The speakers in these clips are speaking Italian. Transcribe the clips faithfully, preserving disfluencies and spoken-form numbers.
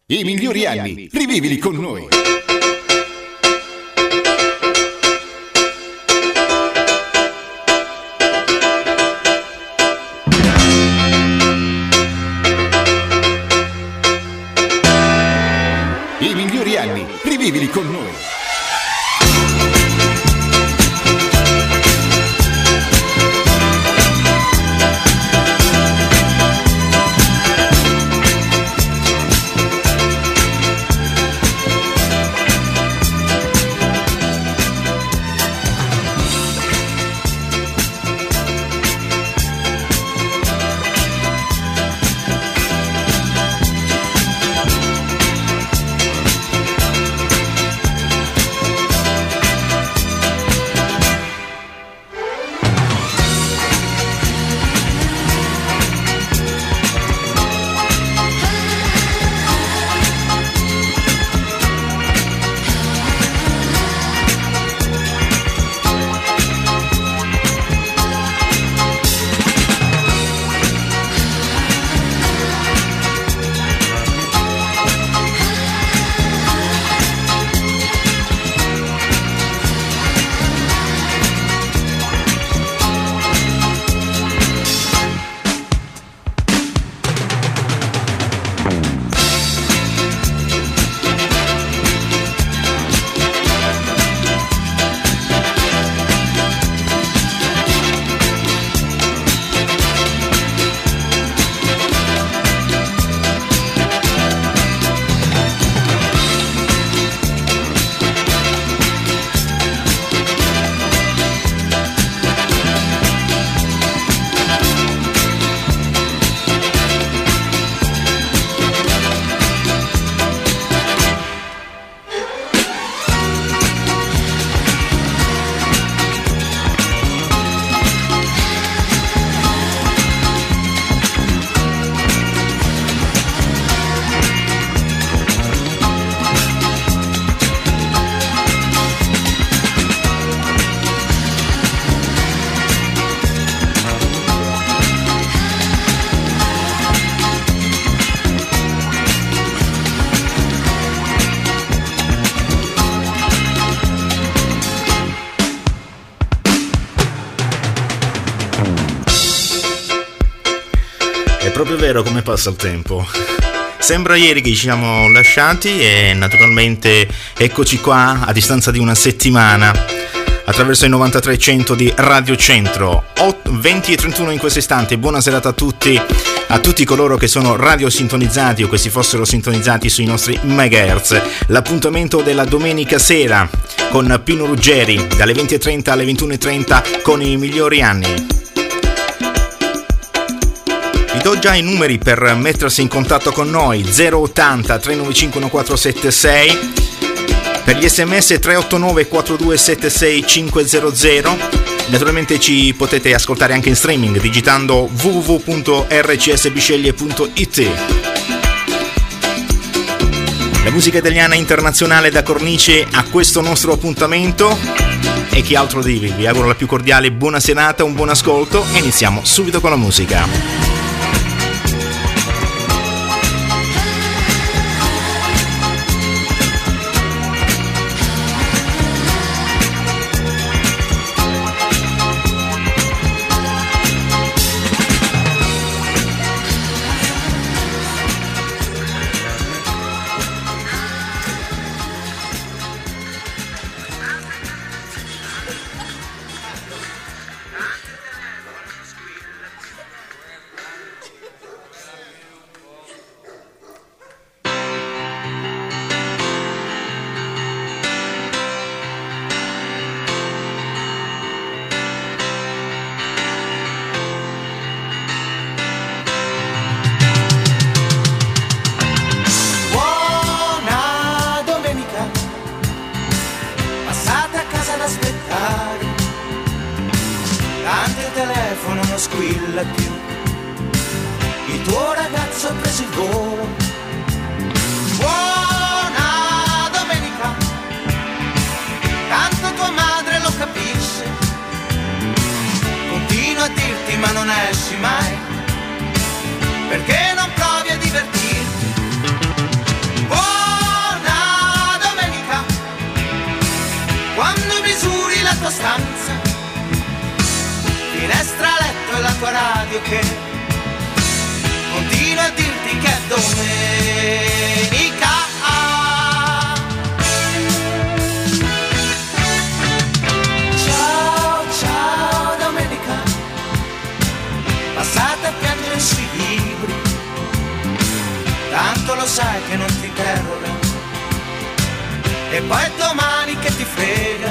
I migliori anni, rivivili con noi. I migliori anni, rivivili con noi. Proprio vero come passa il tempo. Sembra ieri che ci siamo lasciati e naturalmente eccoci qua a distanza di una settimana attraverso i novantatré cento di Radio Centro. venti e trentuno in questo istante. Buona serata a tutti, a tutti coloro che sono radio sintonizzati o che si fossero sintonizzati sui nostri megahertz. L'appuntamento della domenica sera con Pino Ruggeri dalle venti e trenta alle ventuno e trenta con i migliori anni. Vi do già i numeri per mettersi in contatto con noi: zero ottanta tre nove cinque uno quattro sette sei, per gli sms tre otto nove quattro due sette sei cinque zero zero. Naturalmente ci potete ascoltare anche in streaming digitando w w w punto r c s bisceglie punto i t. La musica italiana internazionale da cornice a questo nostro appuntamento. E chi altro dirvi? Vi auguro la più cordiale buona serata, un buon ascolto e iniziamo subito con la musica. Squilla più, il tuo ragazzo ha preso il volo. Buona domenica, tanto tua madre lo capisce. Continua a dirti ma non esci mai, perché non provi a divertirti. che non ti interroga, e poi è domani che ti frega.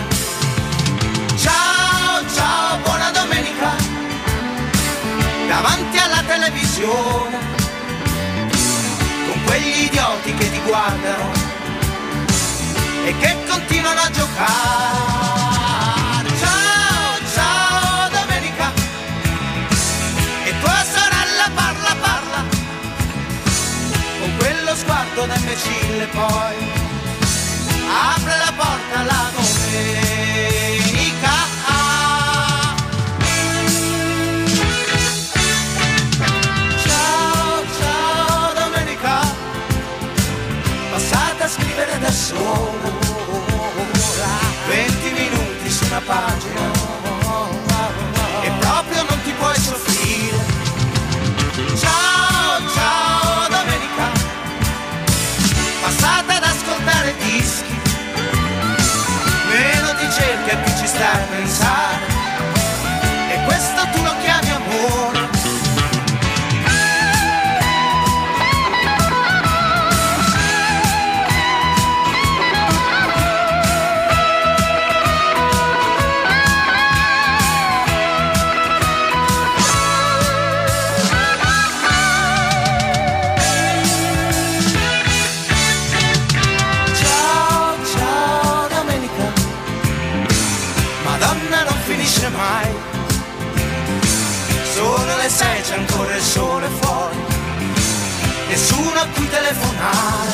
Ciao, ciao, buona domenica, davanti alla televisione, con quegli idioti che ti guardano e che continuano a giocare. Ciao, ciao, domenica, e tua sorella parla, parla, con quello sguardo da imbecille, poi apre la porta la domenica. Ciao, ciao, domenica, passate a scrivere da sola venti minuti su una pagina e proprio non ti puoi soffrire. Ciao, ciao, domenica, passate ad ascoltare dischi, meno ti cerchi e più ci stai a pensare, e questo tu lo chiami amore. Mai. Sono le sei, c'è ancora il sole fuori, nessuno a cui telefonare.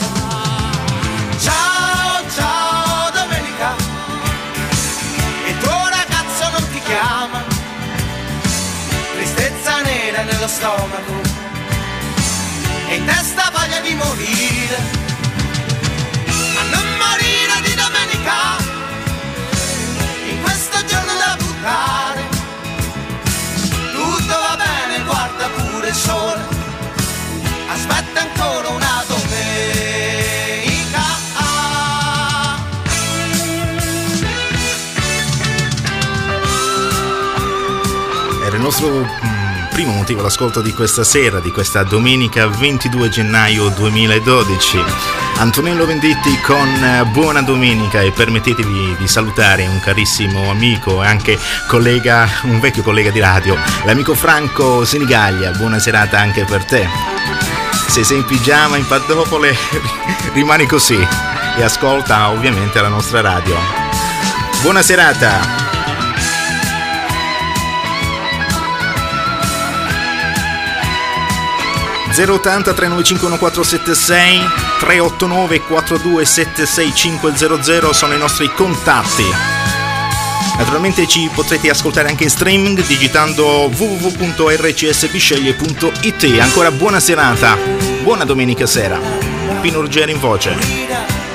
Ciao, ciao, domenica, il tuo ragazzo non ti chiama, tristezza nera nello stomaco e in testa voglia di morire, ma non morire di domenica, in questo giorno da buttare. Tutto va bene, guarda pure il sole, aspetta ancora una domenica. Era il nostro mm, primo motivo all'ascolto di questa sera, di questa domenica ventidue gennaio duemiladodici. Antonello Venditti con Buona Domenica, e permettetevi di salutare un carissimo amico e anche collega, un vecchio collega di radio, l'amico Franco Sinigaglia. Buona serata anche per te. Se sei in pigiama, in pantofole, rimani così e ascolta ovviamente la nostra radio. Buona serata. zero ottanta tre nove cinque uno quattro sette sei, tre otto nove quattro due sette sei cinque zero zero sono i nostri contatti. Naturalmente ci potrete ascoltare anche in streaming digitando w w w punto r c s bisceglie punto i t. Ancora buona serata, buona domenica sera. Pino Ruggeri in voce.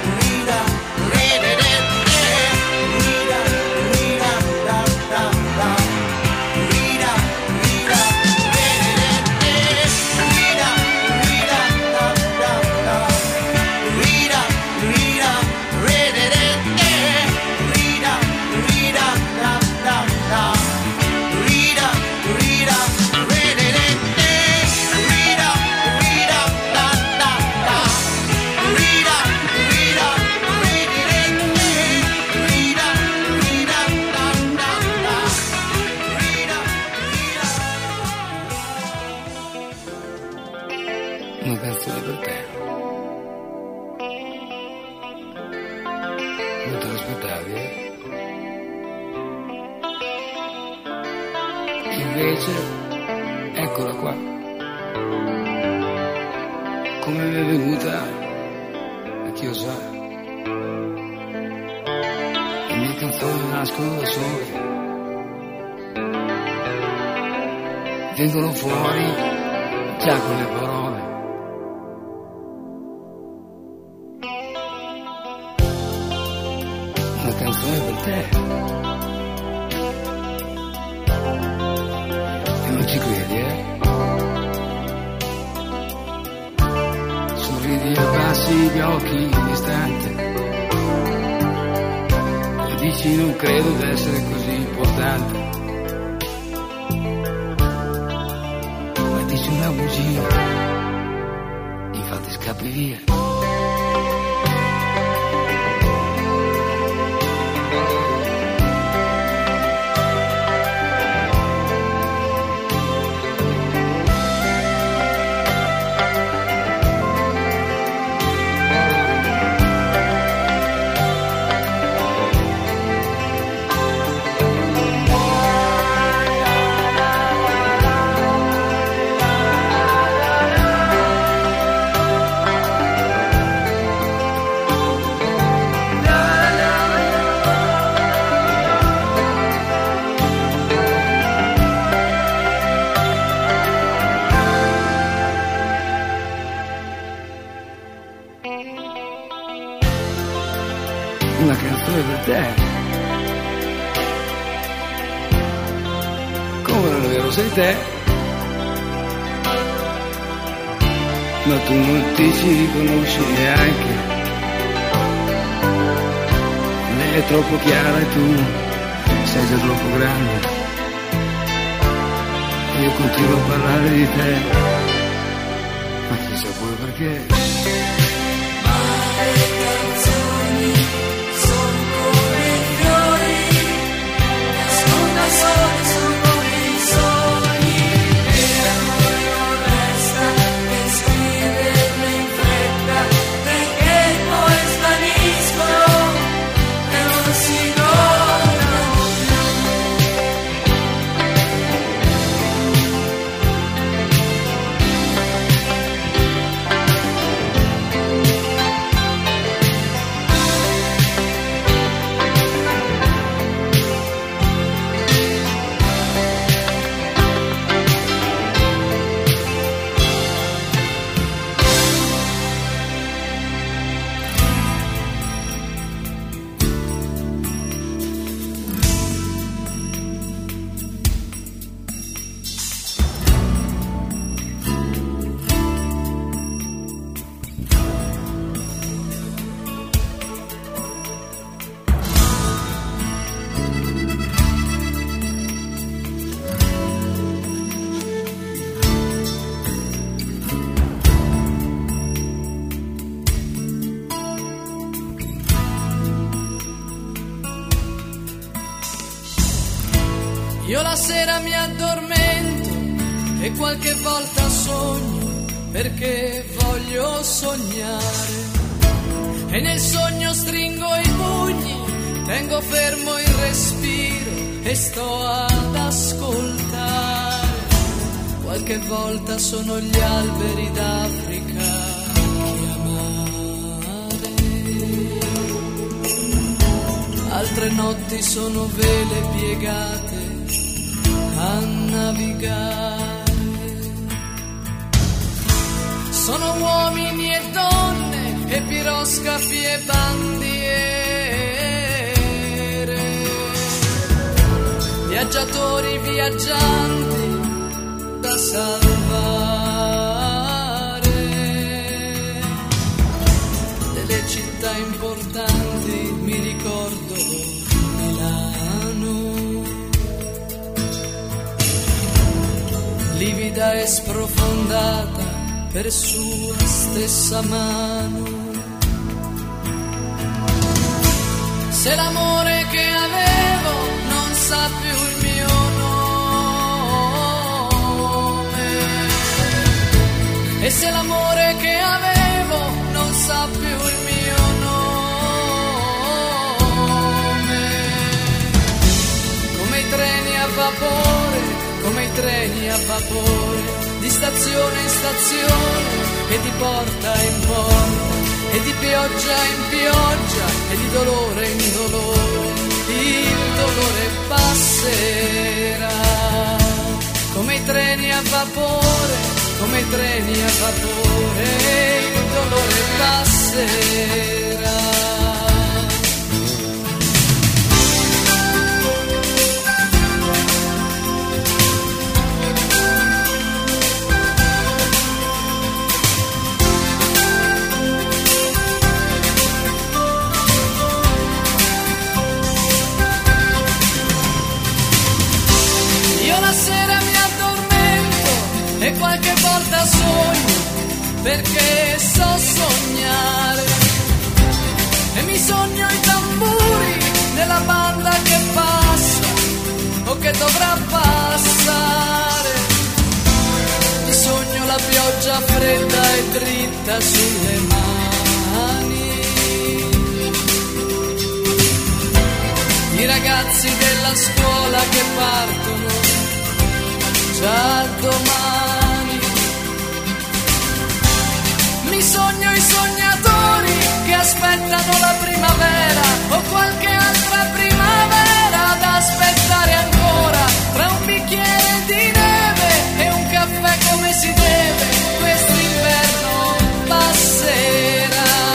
Una canzone per te. Non te l'aspettavi, eh? Invece, eccola qua. Come mi è venuta, a chi lo sa. Le mie canzoni nascono da sole, vengono fuori già con le parole. Una canzone per te. E non ci credi, eh? Sorridi e abbassi gli occhi in istante e dici non credo d'essere così importante, ma dici una bugia, infatti scappi via. una canzone per te. Come non è vero, sei te, ma tu non ti ci riconosci neanche. Lei è troppo chiara e tu sei già troppo grande. E io continuo a parlare di te, ma chissà poi perché. Io la sera mi addormento e qualche volta sogno perché voglio sognare. E nel sogno stringo i pugni, tengo fermo il respiro e sto ad ascoltare. Qualche volta sono gli alberi d'Africa a chiamare. Altre notti sono vele piegate a navigare. Sono uomini e donne e piroscafi e bandiere, viaggiatori viaggianti da salvare. Delle città importanti mi ricordo Milano, livida e sprofondata per sua stessa mano. Se l'amore che avevo non sa più il mio nome, e se l'amore che avevo non sa più il mio nome, come i treni a vapore, come i treni a vapore, di stazione in stazione e di porta in porta, e di pioggia in pioggia e di dolore in dolore. Il dolore passerà, come i treni a vapore, come i treni a vapore, il dolore passerà. E qualche volta sogno perché so sognare, e mi sogno i tamburi della banda che passa o che dovrà passare. Mi sogno la pioggia fredda e dritta sulle mani, i ragazzi della scuola che partono già domani. Mi sogno i sognatori che aspettano la primavera o qualche altra primavera da aspettare ancora, tra un bicchiere di neve e un caffè come si deve. Quest'inverno passerà.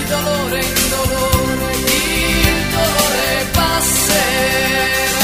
dolore in dolore, il dolore passerà.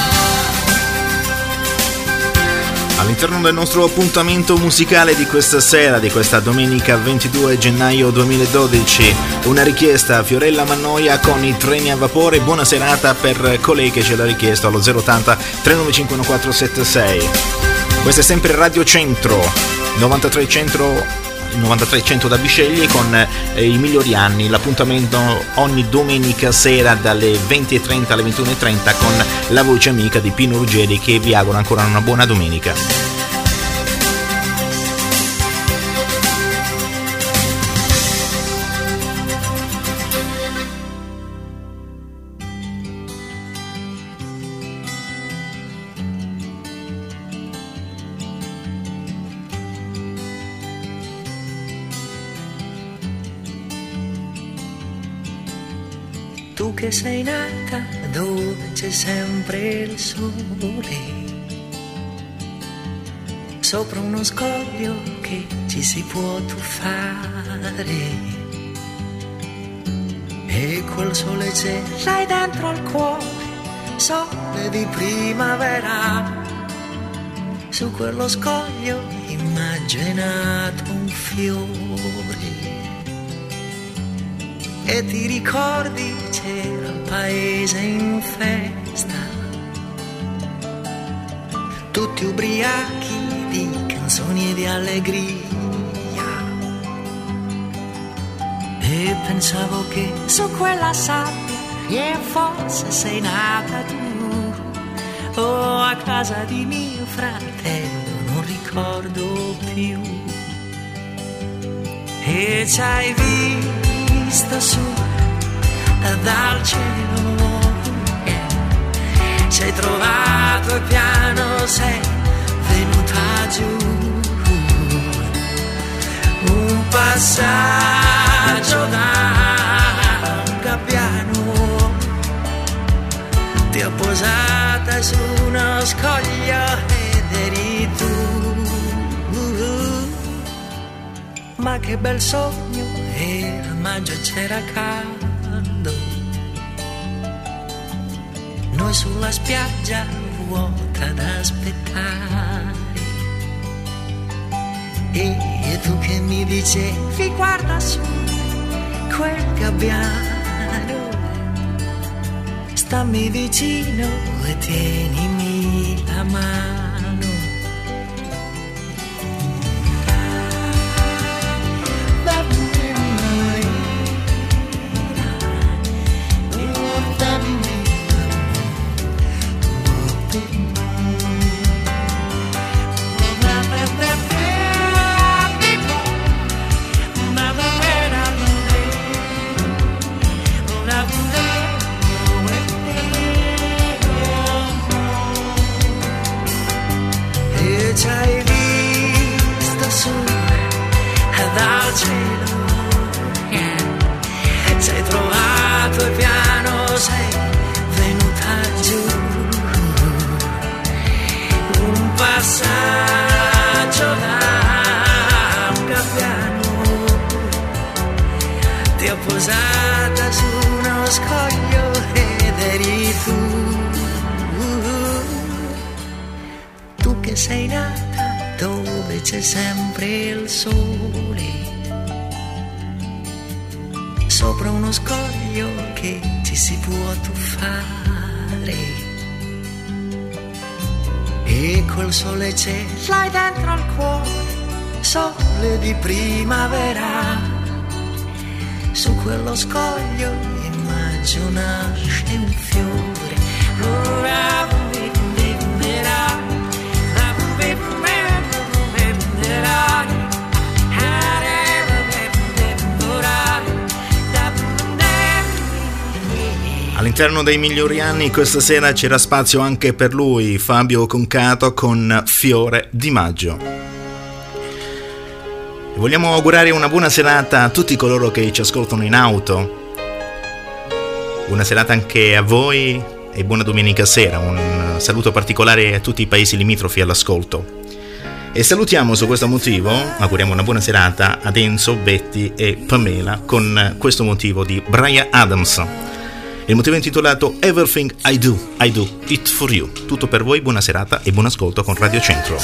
All'interno del nostro appuntamento musicale di questa sera, di questa domenica ventidue gennaio duemiladodici, una richiesta a Fiorella Mannoia con i treni a vapore. Buona serata per colei che ce l'ha richiesto allo zero ottanta trecentonovantacinque quattrocentosettantasei. Questa è sempre Radio Centro, novantatré cento novantatré cento da Bisceglie, con eh, i migliori anni. L'appuntamento ogni domenica sera dalle venti e trenta alle ventuno e trenta con la voce amica di Pino Ruggeri, che vi augura ancora una buona domenica. Tu che sei nata dove c'è sempre il sole, sopra uno scoglio che ci si può tuffare, e quel sole c'è, l'hai dentro al cuore, sole di primavera. Su quello scoglio immaginato un fiore, e ti ricordi c'era il paese in festa, tutti ubriachi di canzoni e di allegria, e pensavo che su quella sabbia e forse sei nata tu, o a casa di mio fratello, non ricordo più, e ci hai visto su dal cielo, yeah. Sei trovato il piano, sei venuta giù, un passaggio da un gabbiano, ti ho posata su uno scoglio ed eri tu, ma che bel sogno era, maggio c'era caldo, noi sulla spiaggia vuota ad aspettare, e, e tu che mi dicevi guarda su quel gabbiano, stammi vicino e tienimi la mano. Posata su uno scoglio ed eri tu, tu che sei nata dove c'è sempre il sole, sopra uno scoglio che ci si può tuffare, e quel sole c'è, l'hai dentro al cuore, sole di primavera. Su quello scoglio immagino nasce un fiore. All'interno dei migliori anni questa sera c'era spazio anche per lui, Fabio Concato, con Fiore di Maggio. Vogliamo augurare una buona serata a tutti coloro che ci ascoltano in auto, buona serata anche a voi e buona domenica sera. Un saluto particolare a tutti i paesi limitrofi all'ascolto. E salutiamo su questo motivo, auguriamo una buona serata ad Enzo, Betty e Pamela con questo motivo di Bryan Adams. Il motivo è intitolato Everything I Do, I Do It For You. Tutto per voi, buona serata e buon ascolto con Radio Centro.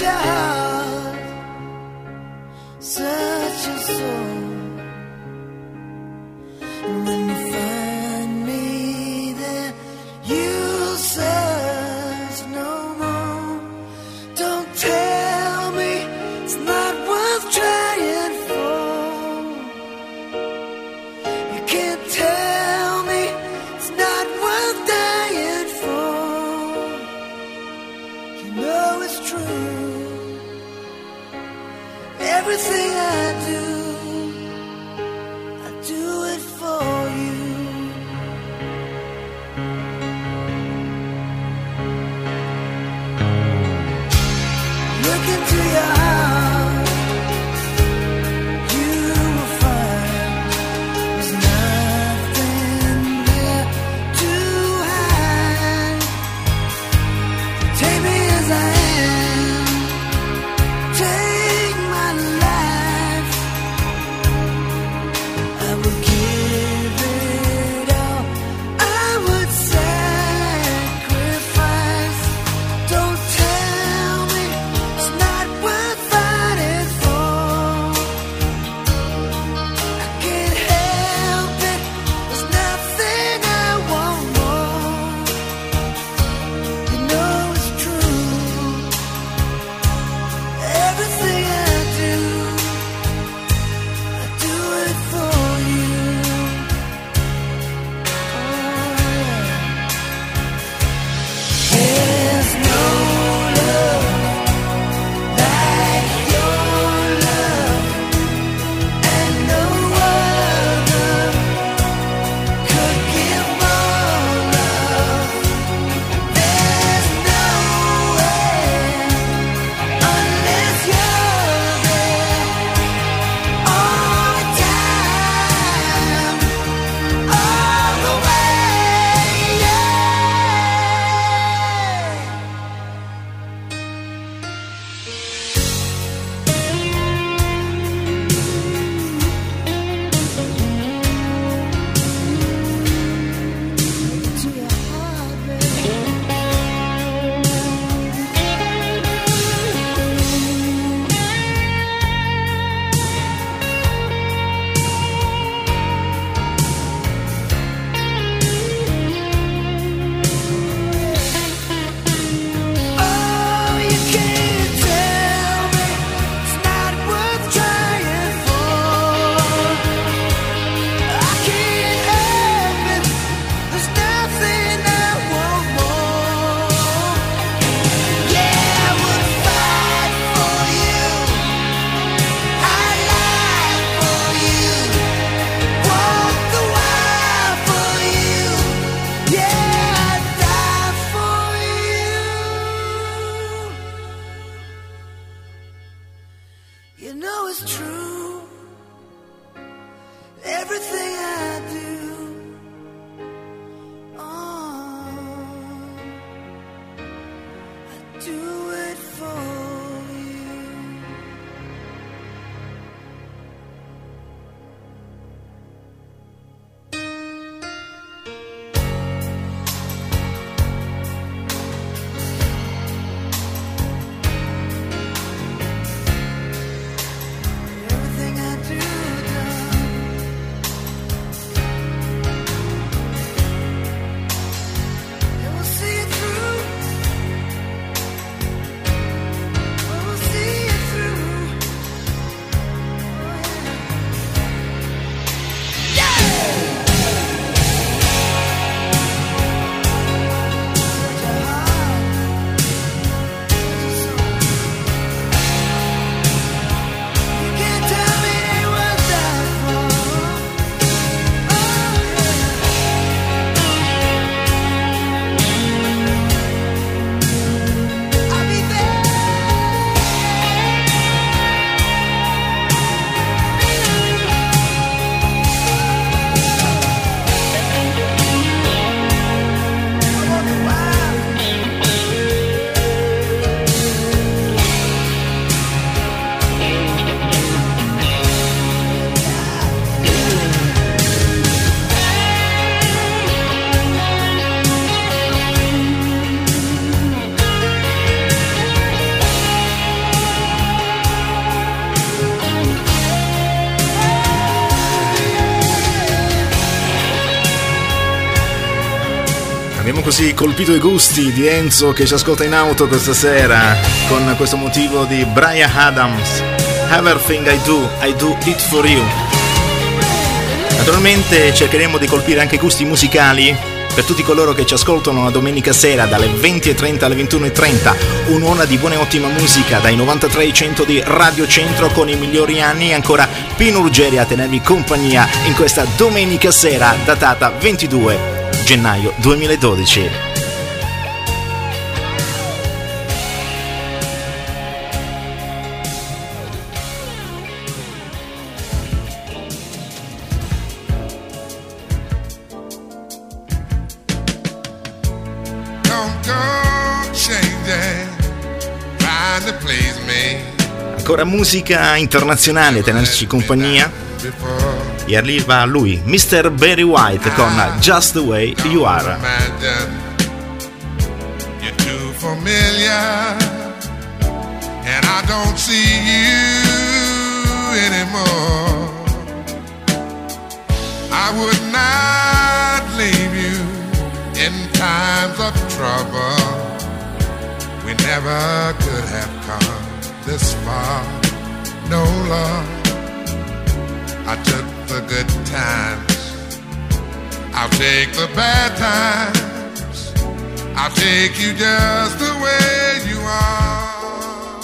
Abbiamo così colpito i gusti di Enzo che ci ascolta in auto questa sera con questo motivo di Bryan Adams. Everything I do, I do it for you. Naturalmente cercheremo di colpire anche i gusti musicali per tutti coloro che ci ascoltano la domenica sera dalle venti e trenta alle ventuno e trenta. Un'ora di buona e ottima musica dai novantatré ai cento di Radio Centro con i migliori anni e ancora Pino Ruggeri a tenervi compagnia in questa domenica sera datata ventidue gennaio duemiladodici. Ancora musica internazionale a tenerci compagnia e arriva lui, mister Barry White con Just the Way You Are. You're too familiar and I don't see you anymore. I would not leave you in times of trouble. We never could have come this far, no love. I took the good times, I'll take the bad times, I'll take you just the way you are.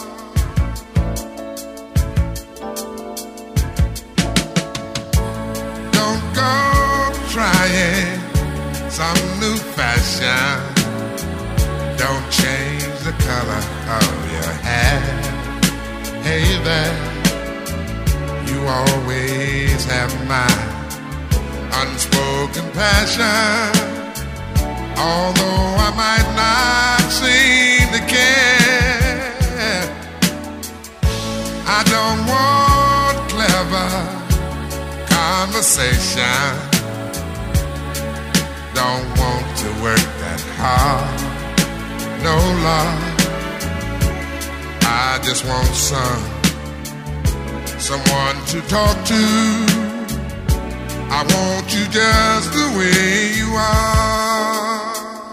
Don't go trying some new fashion, don't change the color of your hair. Hey there, you always have my unspoken passion. Although I might not seem to care, I don't want clever conversation, don't want to work that hard, no love. I just want some, someone to talk to. I want you just the way you are.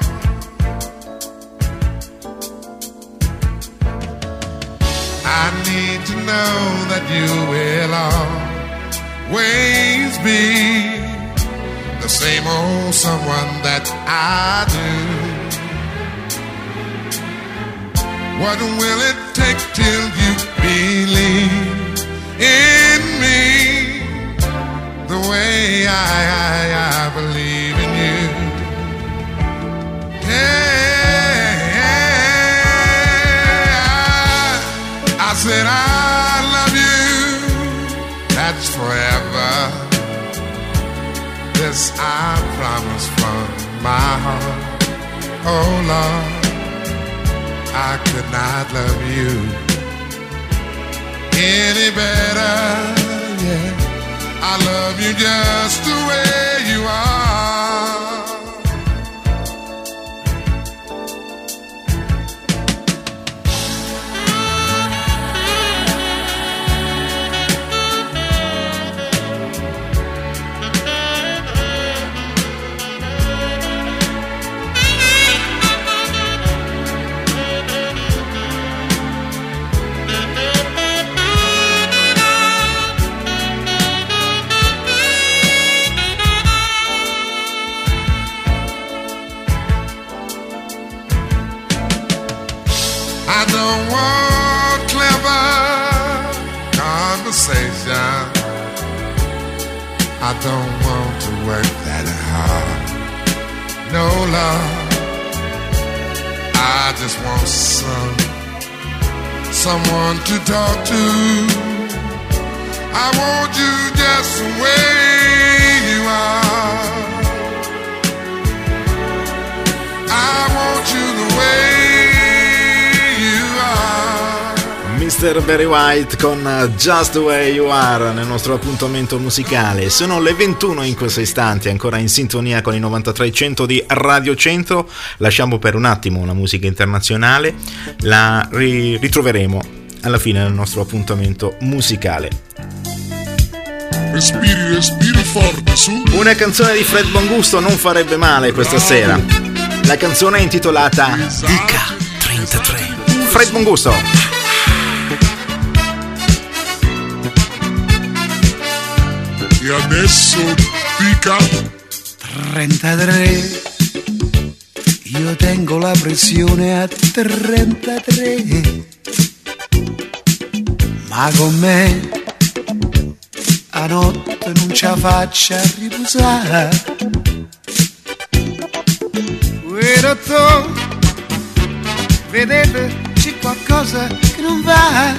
I need to know that you will always be the same old someone that I do. What will it take till you believe in me the way I, I, I believe in you? Yeah, I, I said I love you, that's forever. This I promise from my heart. Oh Lord, I could not love you any better, yeah. I love you just the way you are. I don't want clever conversation, I don't want to work that hard, no love. I just want some, someone to talk to. I want you just the way you are. I want you the way mister Barry White con Just the Way You Are nel nostro appuntamento musicale. Sono le ventuno in questo istante, ancora in sintonia con i novantatré cento di Radio Centro. Lasciamo per un attimo la musica internazionale, la ri- ritroveremo alla fine del nostro appuntamento musicale. Respiri, respiri forte, su. Una canzone di Fred Bongusto non farebbe male questa sera. La canzone è intitolata Dica trentatré. Fred Bongusto. E adesso dica trentatré. Io tengo la pressione a trentatré. Ma con me a notte non ce la faccia riposare. Uè dottor, vedete c'è qualcosa che non va.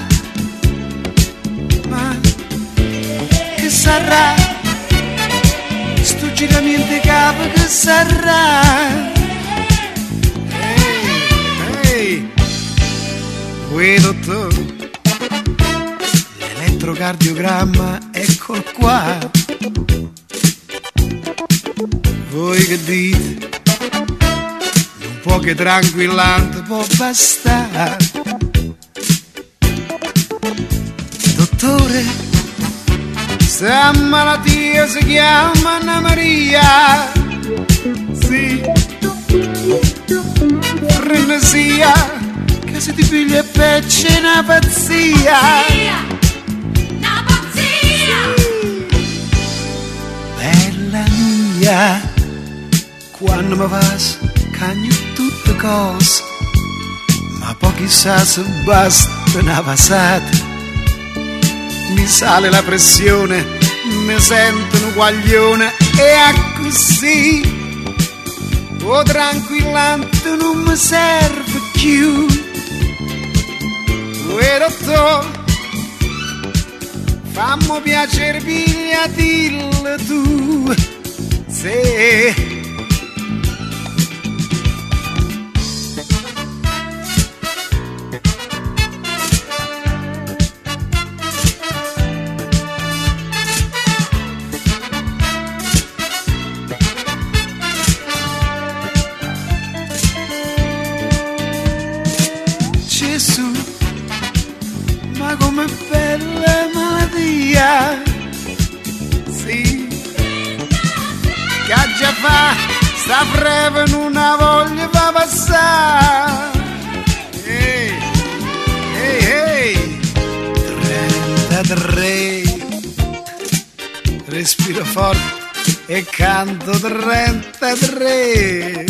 Ma che sarà? Sto giramento di capo che sarà? Ehi, ehi, uè dottor, l'elettrocardiogramma eccolo qua. Voi che dite? Un po' che tranquillante può bastare. Dottore, sta malattia si chiama Anna Maria. Sì, frenesia, che se ti piglia il pecce è una pazzia. Una pazzia. Bella mia, quando mi vas cagno tutte cose, ma poi chissà se basta una passata. Mi sale la pressione, mi sento un guaglione e a così o tranquillante non mi serve più. Uè dottor, fammi piacere, piglia dillo tu. Sì. Gesù, ma come bella malattia. Sì, che già fa sta breve non una voglia va passare. Ehi, ehi, ehi, trentatré, respiro forte e canto trentatré.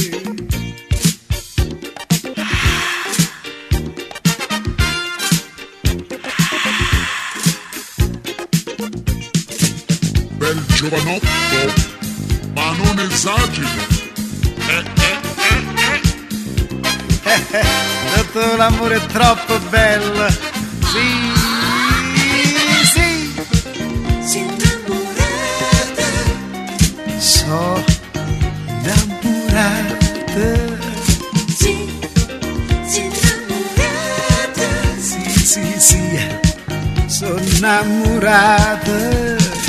bel giovanotto, ma non esageri. Eh, eh, eh, eh. Tutto l'amore è troppo bello. Sì, sì. Si innamorata. So innamorata. Sì, si innamorata. Sì, sì, sì. Sono innamorata.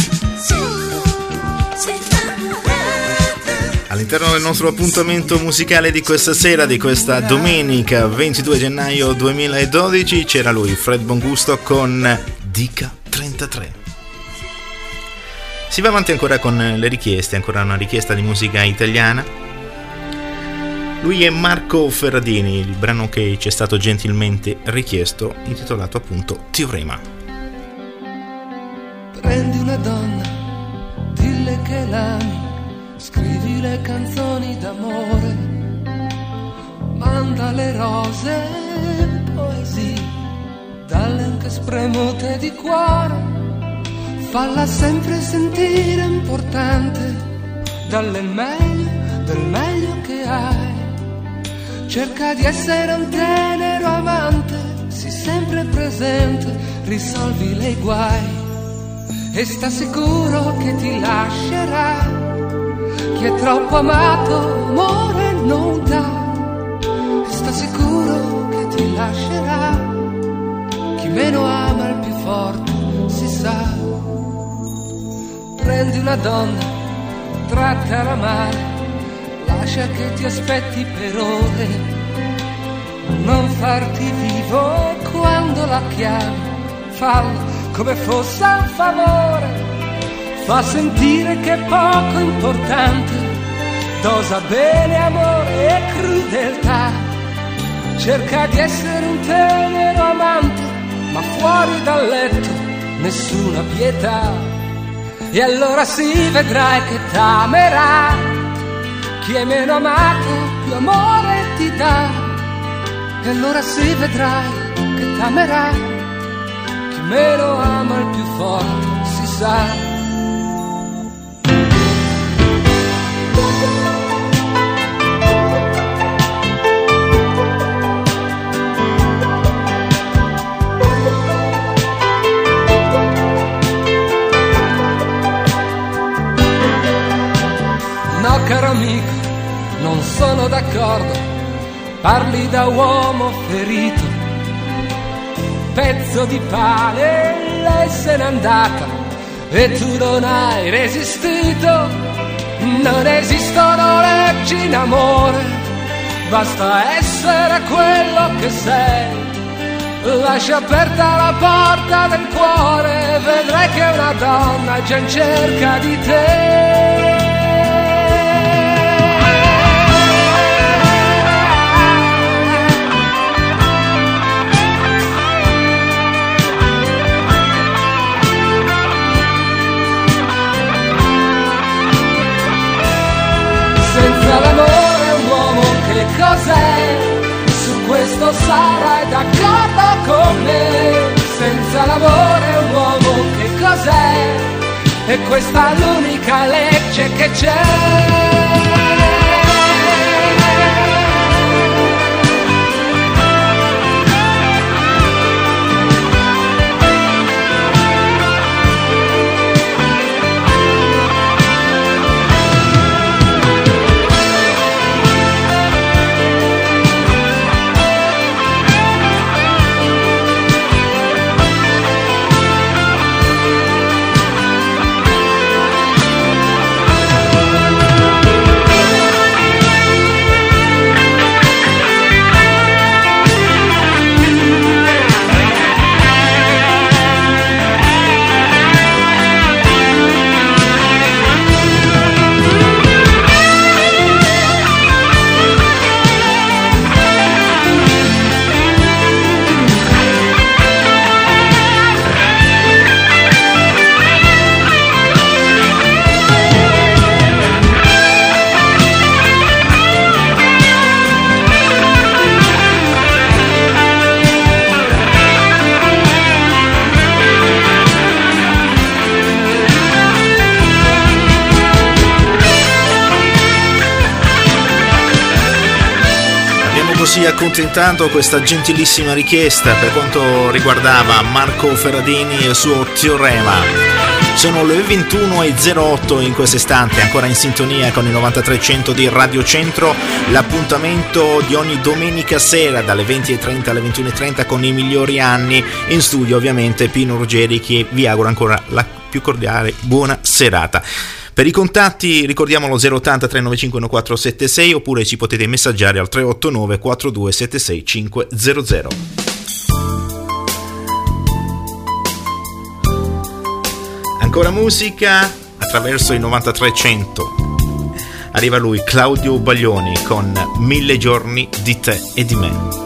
All'interno del nostro appuntamento musicale di questa sera, di questa domenica ventidue gennaio duemiladodici, c'era lui, Fred Bongusto, con Dica trentatré. Si va avanti ancora con le richieste, ancora una richiesta di musica italiana. Lui è Marco Ferradini, il brano che ci è stato gentilmente richiesto, intitolato appunto Teorema. Prendi una donna, dille che l'ami, scrivi le canzoni d'amore, manda le rose, poesie, dalle anche spremute di cuore, falla sempre sentire importante, dalle meglio, del meglio che hai, cerca di essere un tenero amante, sii sempre presente, risolvi i guai, e sta sicuro che ti lascerà. Chi è troppo amato amore non dà, e sta sicuro che ti lascerà. Chi meno ama il più forte si sa. Prendi una donna, trattala male, lascia che ti aspetti per ore, non farti vivo quando la chiami, fallo come fosse un favore. Fa sentire che è poco importante, dosa bene amore e crudeltà. Cerca di essere un tenero amante, ma fuori dal letto nessuna pietà. E allora si vedrai che t'amerà chi è meno amato, più amore ti dà. E allora si vedrai che t'amerà chi meno ama il più forte si sa. No, caro amico, non sono d'accordo, parli da uomo ferito. Pezzo di pane, lei se n'è andata e tu non hai resistito. Non esistono leggi in amore, basta essere quello che sei. Lascia aperta la porta del cuore, vedrai che una donna è già in cerca di te. Senza l'amore un uomo che cos'è? Su questo sarai d'accordo con me. Senza l'amore un uomo che cos'è? E questa è l'unica legge che c'è. Così accontentando questa gentilissima richiesta per quanto riguardava Marco Ferradini e il suo teorema. Sono le ventuno e zero otto in questo istante, ancora in sintonia con il novantatré cento di Radio Centro, l'appuntamento di ogni domenica sera dalle venti e trenta alle ventuno e trenta con i migliori anni. In studio ovviamente Pino Ruggeri, che vi auguro ancora la più cordiale buona serata. Per i contatti ricordiamo lo zero ottanta tre nove cinque uno quattro sette sei oppure ci potete messaggiare al tre otto nove quattro due sette sei cinque zero zero. Ancora musica attraverso il novantatré cento. Arriva lui, Claudio Baglioni, con Mille giorni di te e di me.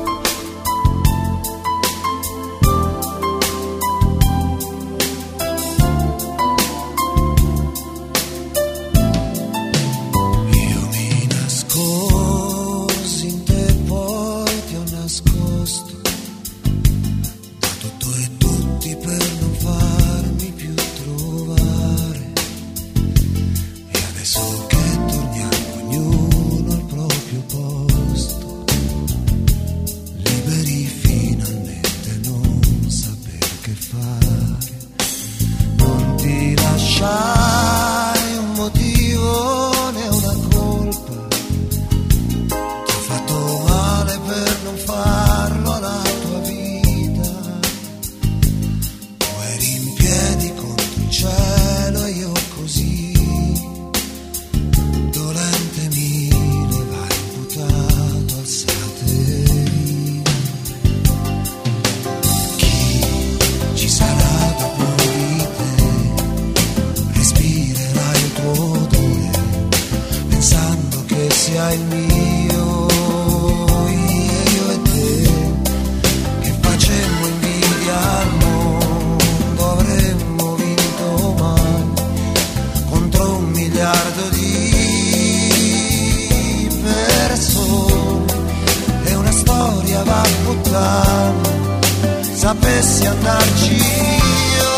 sia il mio potessi andarci io.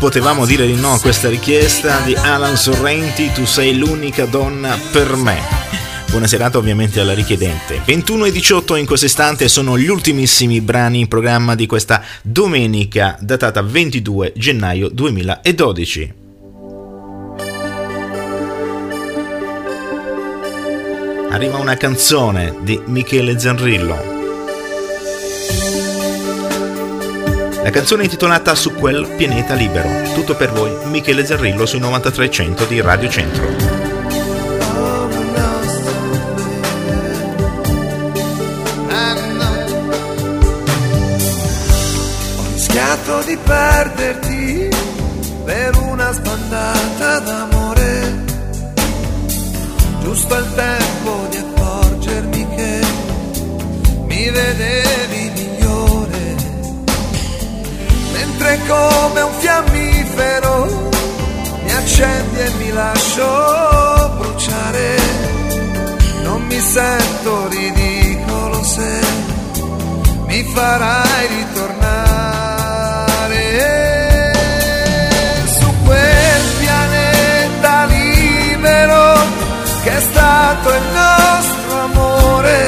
potevamo dire di no a questa richiesta di Alan Sorrenti, Tu sei l'unica donna per me. Buona serata ovviamente alla richiedente. ventuno e diciotto in questo istante sono gli ultimissimi brani in programma di questa domenica datata ventidue gennaio duemiladodici. Arriva una canzone di Michele Zanrillo. La canzone è intitolata Su quel pianeta libero. Tutto per voi, Michele Zanrillo sui novantatré cento di Radio Centro. Di perderti per una spandata d'amore, giusto il tempo di accorgermi che mi vedevi migliore, mentre come un fiammifero mi accendi e mi lascio bruciare. Non mi sento ridicolo se mi farai ritornare su quel pianeta libero che è stato il nostro amore,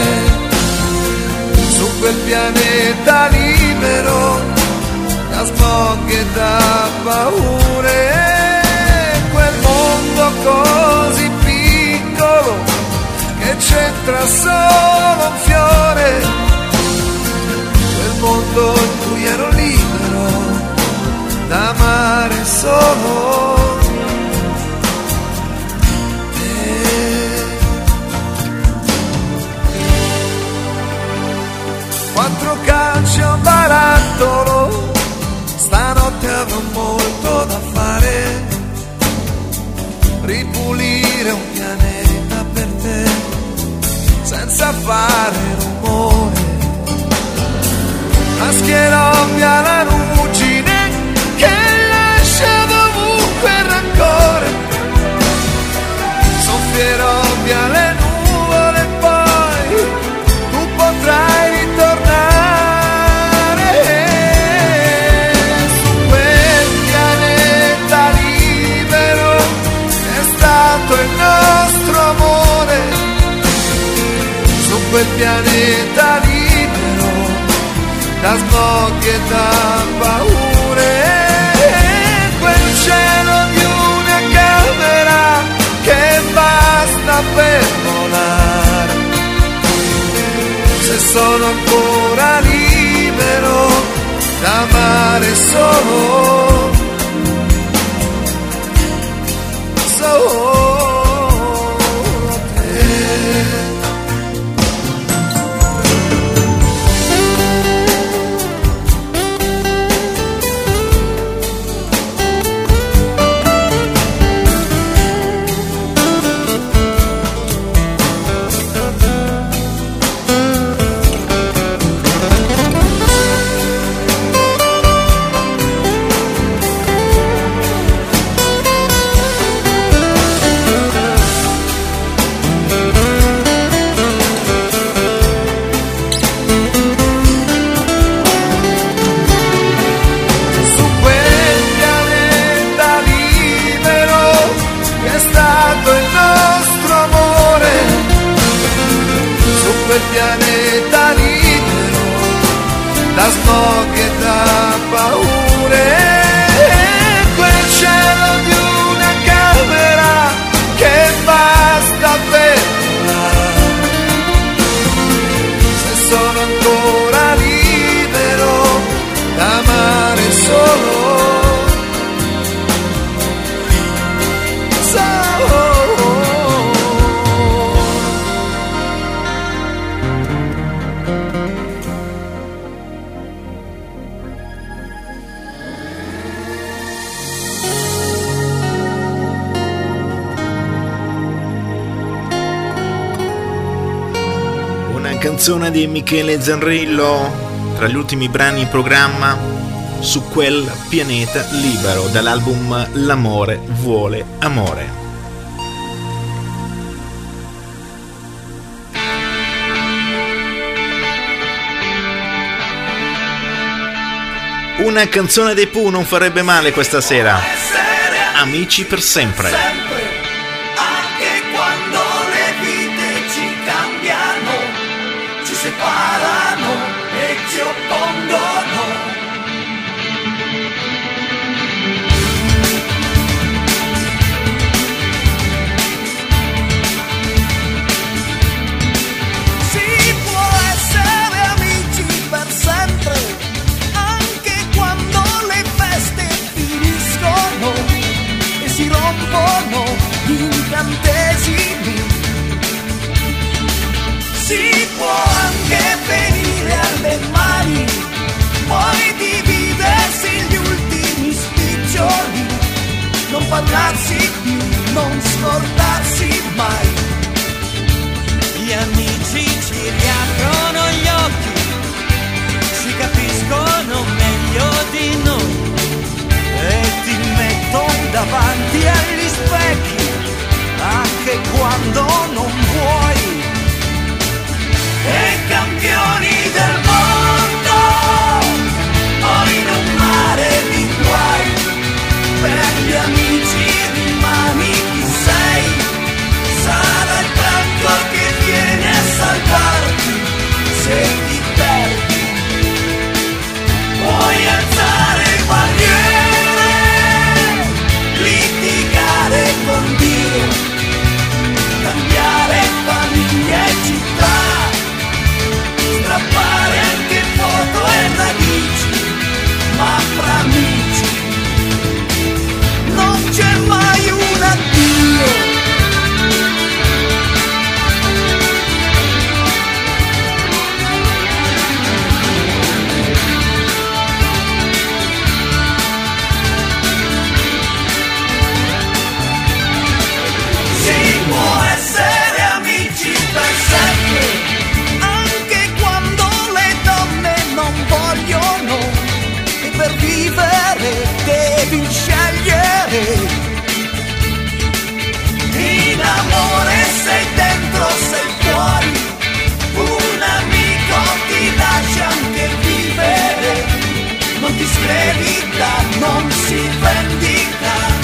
su quel pianeta libero da smog e da paure, quel mondo così piccolo che c'entra solo un fiore, quel mondo in cui ero libero d'amare solo te. Quattro calci a un barattolo, stanotte avrò molto da fare, ripulire un pianeta per te senza fare rumore. Maschierò via la ruggine che lascia dovunque il rancore, soffierò via le nuvole e poi tu potrai ritornare su quel pianeta libero che è stato il nostro amore, su quel pianeta libero da smog e da paure, quel cielo di una camera che basta per volare, se sono ancora libero d'amare solo, solo quel pianeta libero da smog e da paure, quel cielo di una camera che basta per volare, se sono ancora libero d'amare solo, solo. Canzone di Michele Zanrillo tra gli ultimi brani in programma, Su quel pianeta libero, dall'album L'amore vuole amore. Una canzone dei Pooh non farebbe male questa sera. Amici per sempre. Anche quando le vite ci cambiano, ci separano e ci oppongono. Si può essere amici per sempre, anche quando le feste finiscono e si rompono gli incantesimi. Si può anche venire alle mani, poi dividersi gli ultimi spiccioli, non parlarsi più, non scordarsi mai. Gli amici ci riaprono gli occhi, ci capiscono meglio di noi e ti mettono davanti agli specchi anche quando non vuoi. E campioni del mondo, o in un mare di guai, per gli amici rimani chi sei, sarà il branco che viene a salvarti se ti perdi. Puoi alzare barriere, litigare con Dio, cambiare famiglia e città, strappare anche foto e radici, ma fra amici non c'è mai un addio. Si può essere amici per sempre, anche quando le donne non vogliono, e per vivere devi scegliere. In amore sei dentro, sei fuori, un amico ti lascia anche vivere, non ti scredita, non si vendica.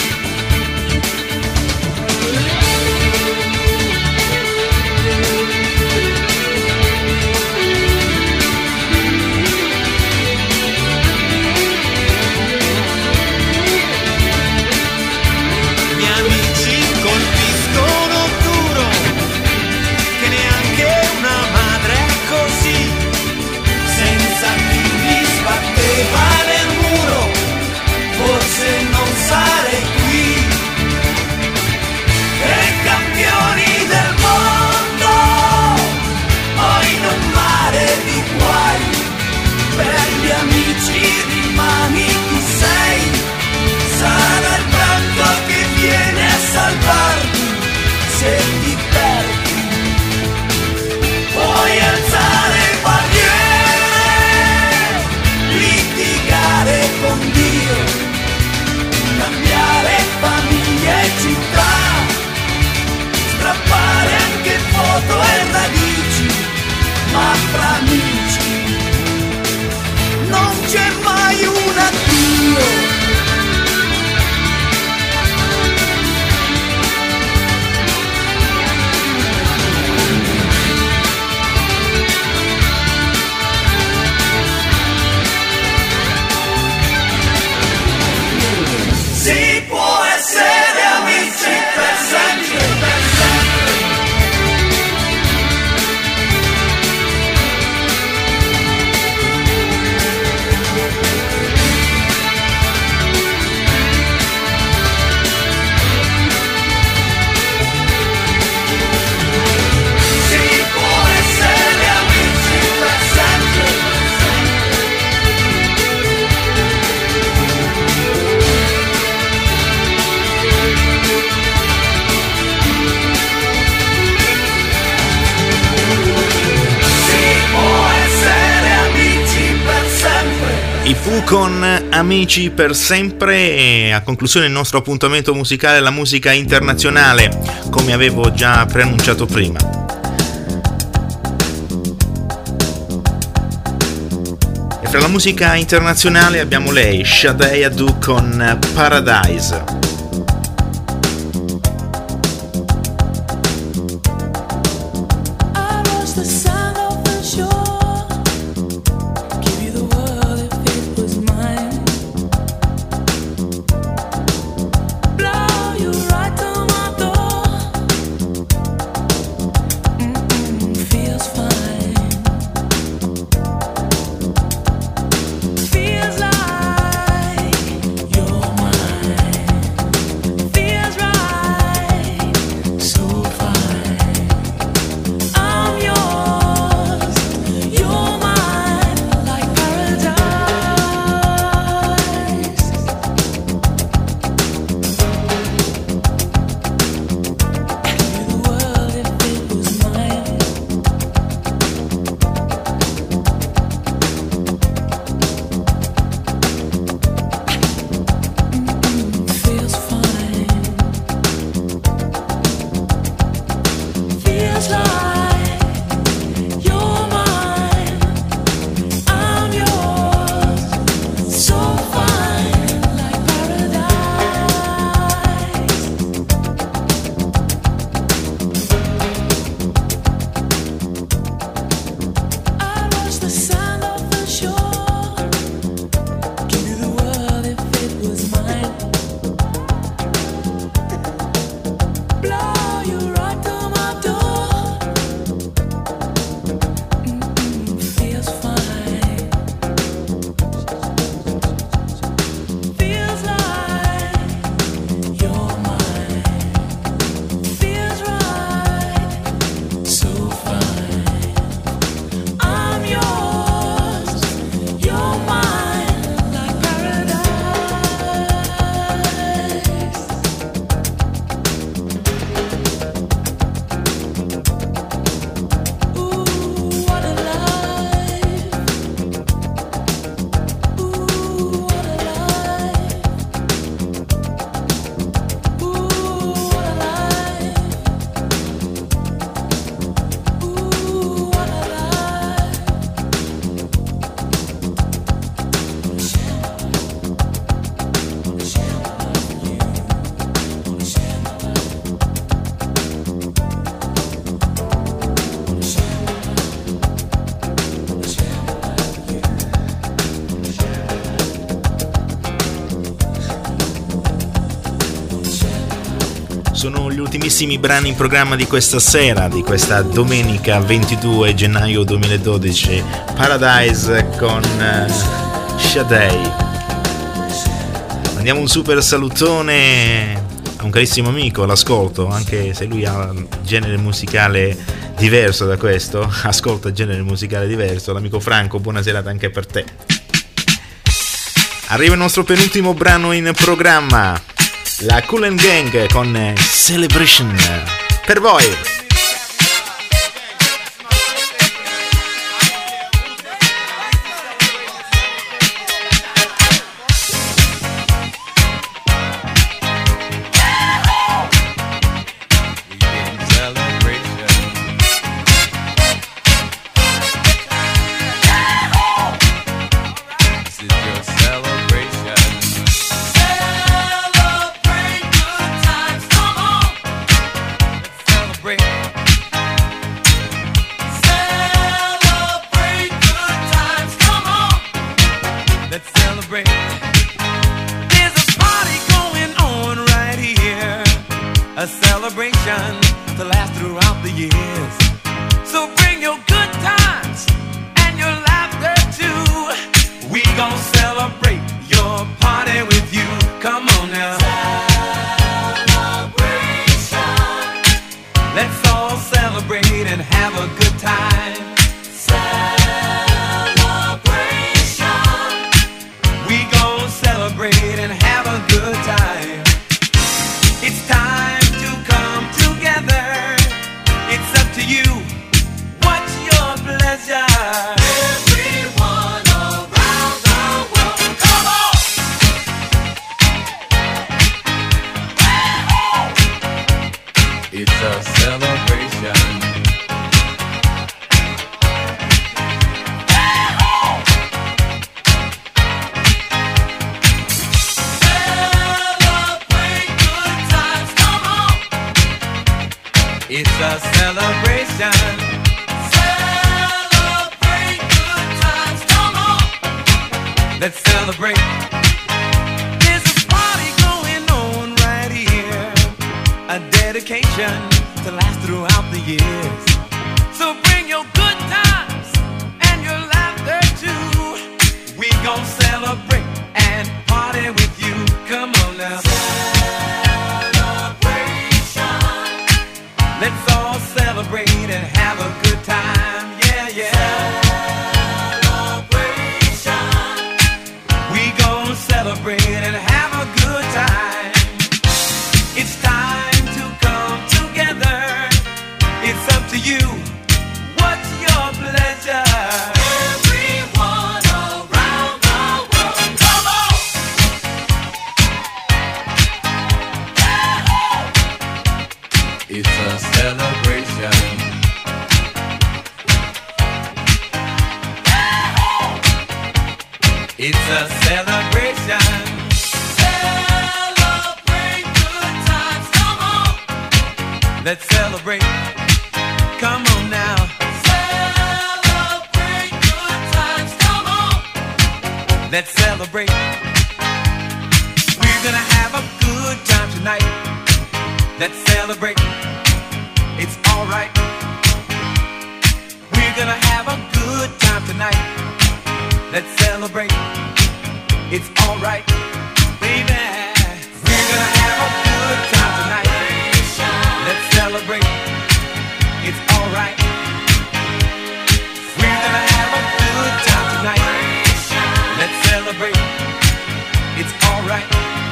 Gli amici colpiscono duro, che neanche una madre è così, senza chi gli sbatteva nel muro, forse non sarei qui. E campioni del mondo, o in un mare di guai, per gli amici rimani chi sei, sarà il branco che viene a salvarti se ti perdi. Puoi alzare barriere, litigare con Dio, cambiare famiglia e città, strappare anche foto e radici, ma fra amici non c'è mai un addio. Si può essere amici per sempre, per sempre. Si può essere amici per sempre, per sempre. I Pooh con Amici per sempre, e a conclusione il nostro appuntamento musicale, la musica internazionale, come avevo già preannunciato prima. Fra la musica internazionale abbiamo lei, Sade Adu con Paradise. Sono gli ultimissimi brani in programma di questa sera, di questa domenica ventidue gennaio duemiladodici. Paradise con uh, Sade. Mandiamo un super salutone a un carissimo amico all'ascolto, anche se lui ha un genere musicale diverso da questo, ascolta genere musicale diverso. L'amico Franco, buona serata anche per te. Arriva il nostro penultimo brano in programma, la Kool and Gang con Celebration. Per voi. It's a celebration. Celebrate good times, come on. Let's celebrate. There's a party going on right here. A dedication to last throughout the years. So bring your good times and your laughter too. We gon' celebrate and party with you. Come on now. Let's all celebrate and have a good time, yeah, yeah. Celebration. We gon' celebrate and have a good time. It's time to come together. It's up to you. What's your pleasure? Everyone around the world, come on! It's a celebration. It's a celebration. Celebrate good times, come on. Let's celebrate. Come on now. Celebrate good times, come on. Let's celebrate. We're gonna have a good time tonight. Let's celebrate. It's alright. We're gonna have a good time tonight. Let's celebrate. It's alright, baby. We're gonna have a good time tonight. Let's celebrate. It's alright. We're gonna have a good time tonight. Let's celebrate. It's alright.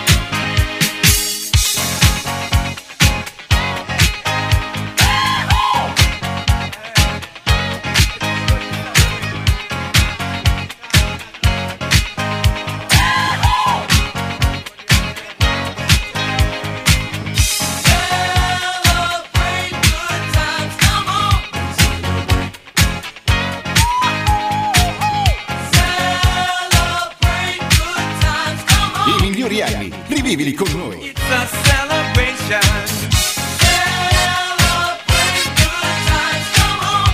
Anni, rivivili con noi. It's a celebration. Celebrate good times, come on.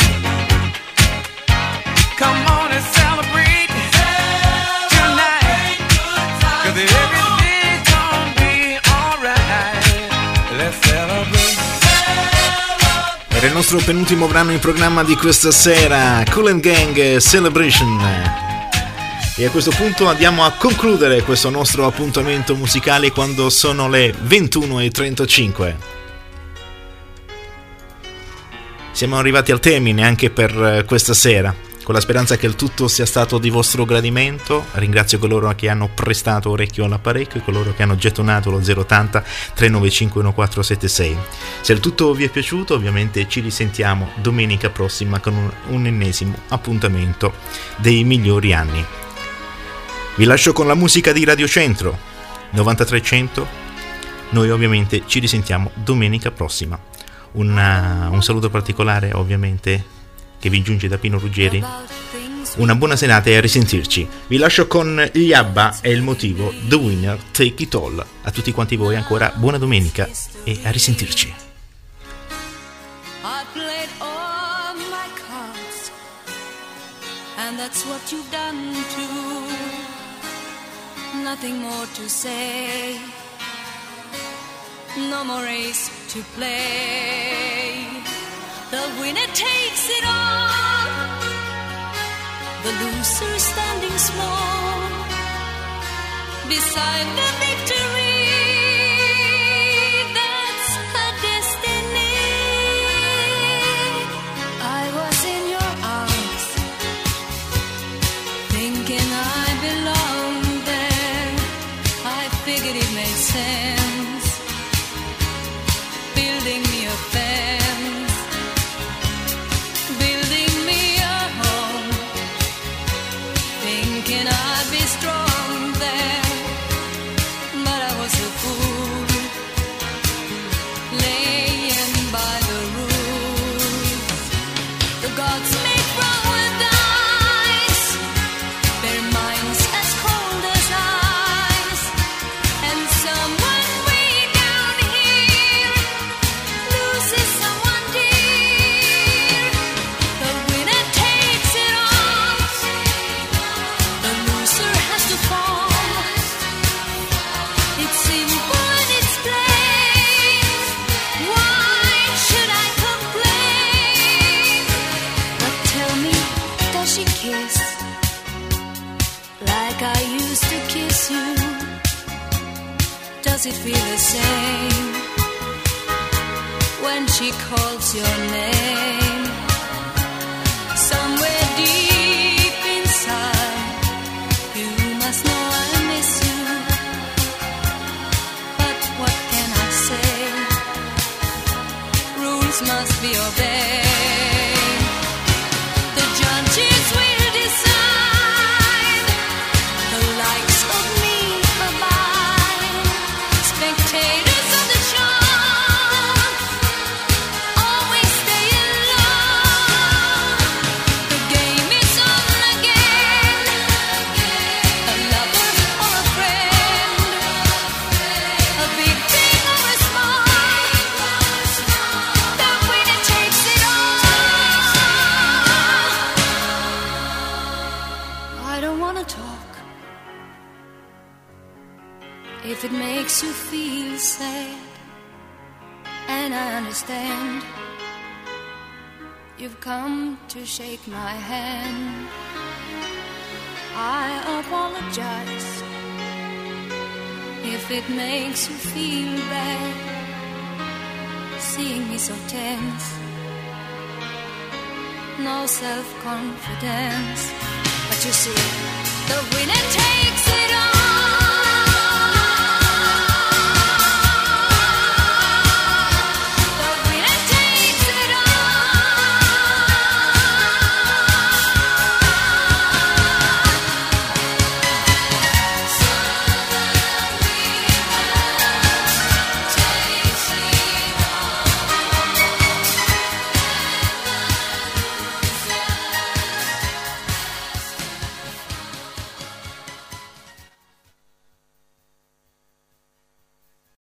Come on and celebrate tonight. Cause everything's gonna be alright. Let's celebrate. Era il nostro penultimo brano in programma di questa sera, Kool and Gang Celebration. E a questo punto andiamo a concludere questo nostro appuntamento musicale quando sono le ventuno e trentacinque. Siamo arrivati al termine anche per questa sera, con la speranza che il tutto sia stato di vostro gradimento. Ringrazio coloro che hanno prestato orecchio all'apparecchio e coloro che hanno gettonato lo zero ottanta trecentonovantacinque quattrocentosettantasei. Se il tutto vi è piaciuto, ovviamente ci risentiamo domenica prossima con un, un ennesimo appuntamento dei migliori anni. Vi lascio con la musica di Radio Centro novantatrecento. Noi ovviamente ci risentiamo domenica prossima. Una, un saluto particolare ovviamente che vi giunge da Pino Ruggeri. Una buona serata e a risentirci. Vi lascio con gli ABBA e il motivo The Winner Take It All. A tutti quanti voi ancora buona domenica e a risentirci. I played all my cards, and that's what you've done too. Nothing more to say, no more race to play. The winner takes it all, the loser standing small beside the victory. That's her destiny. I was in your arms, thinking I belonged there. I figured it made sense, building me a fence, building me a home, thinking I'd be strong there. But I was Does it feel the same when she calls your name? Somewhere deep inside, you must know I miss you. But what can I say? Rules must be obeyed. The judges will decide the likes of me abide. Spectators of the show always stay in love. The game is on again. A lover or a friend, a big thing or a small, the winner takes it all. I don't wanna talk if it makes you feel sad, and I understand. You've come to shake my hand. I apologize if it makes you feel bad, seeing me so tense, no self-confidence. But you see, the